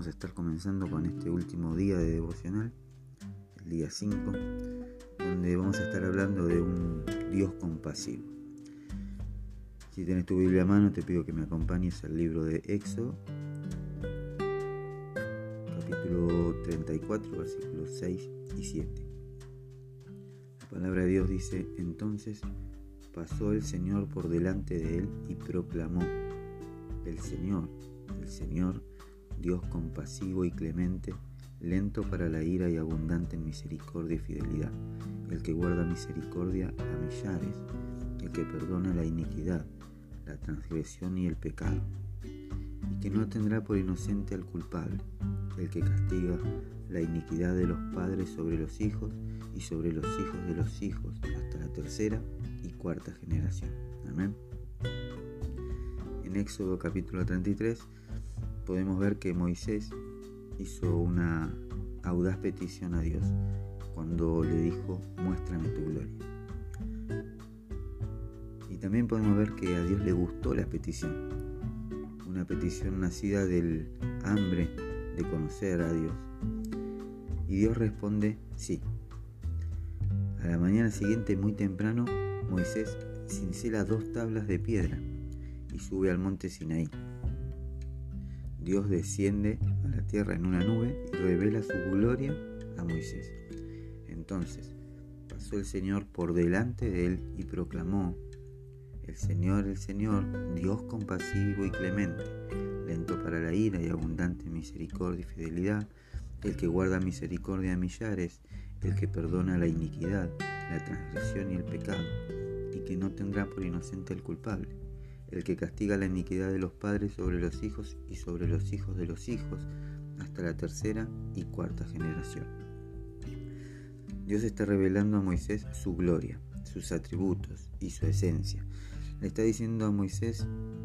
vamos a estar comenzando con este último día de devocional, el día 5, donde vamos a estar hablando de un Dios compasivo. Si tienes tu Biblia a mano, te pido que me acompañes al libro de Éxodo, capítulo 34, versículos 6 y 7. La palabra de Dios dice: entonces pasó el Señor por delante de él y proclamó: el Señor, Dios compasivo y clemente, lento para la ira y abundante en misericordia y fidelidad, el que guarda misericordia a millares, el que perdona la iniquidad, la transgresión y el pecado, y que no tendrá por inocente al culpable, el que castiga la iniquidad de los padres sobre los hijos y sobre los hijos de los hijos hasta la tercera y cuarta generación. Amén. En Éxodo capítulo 33 podemos ver que Moisés hizo una audaz petición a Dios cuando le dijo: muéstrame tu gloria. Y también podemos ver que a Dios le gustó la petición, una petición nacida del hambre de conocer a Dios. Y Dios responde: sí. A la mañana siguiente, muy temprano, Moisés cincela 2 tablas de piedra y sube al monte Sinaí. Dios desciende a la tierra en una nube y revela su gloria a Moisés. Entonces pasó el Señor por delante de él y proclamó: el Señor, Dios compasivo y clemente, lento para la ira y abundante en misericordia y fidelidad, el que guarda misericordia a millares, el que perdona la iniquidad, la transgresión y el pecado, y que no tendrá por inocente al culpable, el que castiga la iniquidad de los padres sobre los hijos y sobre los hijos de los hijos hasta la tercera y cuarta generación. Dios está revelando a Moisés su gloria, sus atributos y su esencia. Le está diciendo a Moisés: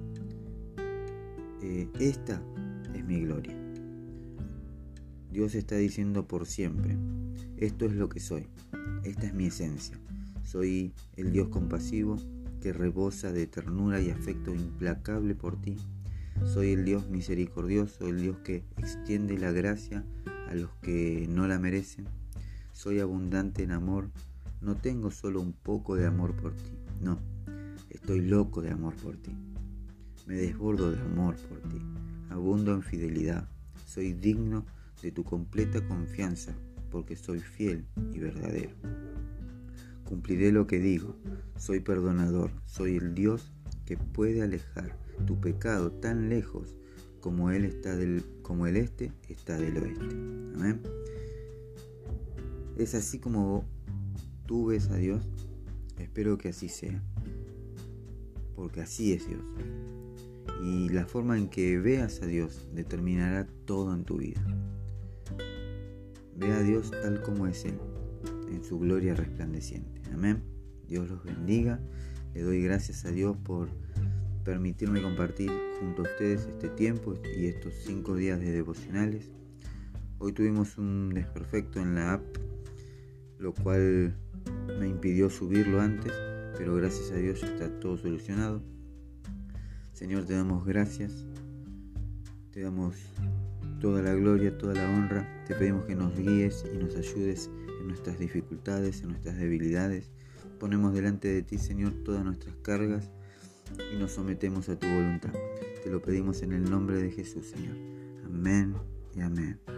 esta es mi gloria. Dios está diciendo por siempre: esto es lo que soy, esta es mi esencia. Soy el Dios compasivo que rebosa de ternura y afecto implacable por ti. Soy el Dios misericordioso, el Dios que extiende la gracia a los que no la merecen. Soy abundante en amor. No tengo solo un poco de amor por ti, no, estoy loco de amor por ti. Me desbordo de amor por ti, abundo en fidelidad. Soy digno de tu completa confianza porque soy fiel y verdadero. Cumpliré lo que digo. Soy perdonador. Soy el Dios que puede alejar tu pecado tan lejos como el este está del oeste. Amén. Es así como tú ves a Dios. Espero que así sea, porque así es Dios. Y la forma en que veas a Dios determinará todo en tu vida. Ve a Dios tal como es Él, en su gloria resplandeciente. Amén. Dios los bendiga. Le doy gracias a Dios por permitirme compartir junto a ustedes este tiempo y estos 5 días de devocionales. Hoy tuvimos un desperfecto en la app, lo cual me impidió subirlo antes, pero gracias a Dios ya está todo solucionado. Señor, te damos gracias, te damos toda la gloria, toda la honra. Te pedimos que nos guíes y nos ayudes en nuestras dificultades, en nuestras debilidades. Ponemos delante de ti, Señor, todas nuestras cargas y nos sometemos a tu voluntad. Te lo pedimos en el nombre de Jesús, Señor. Amén y amén.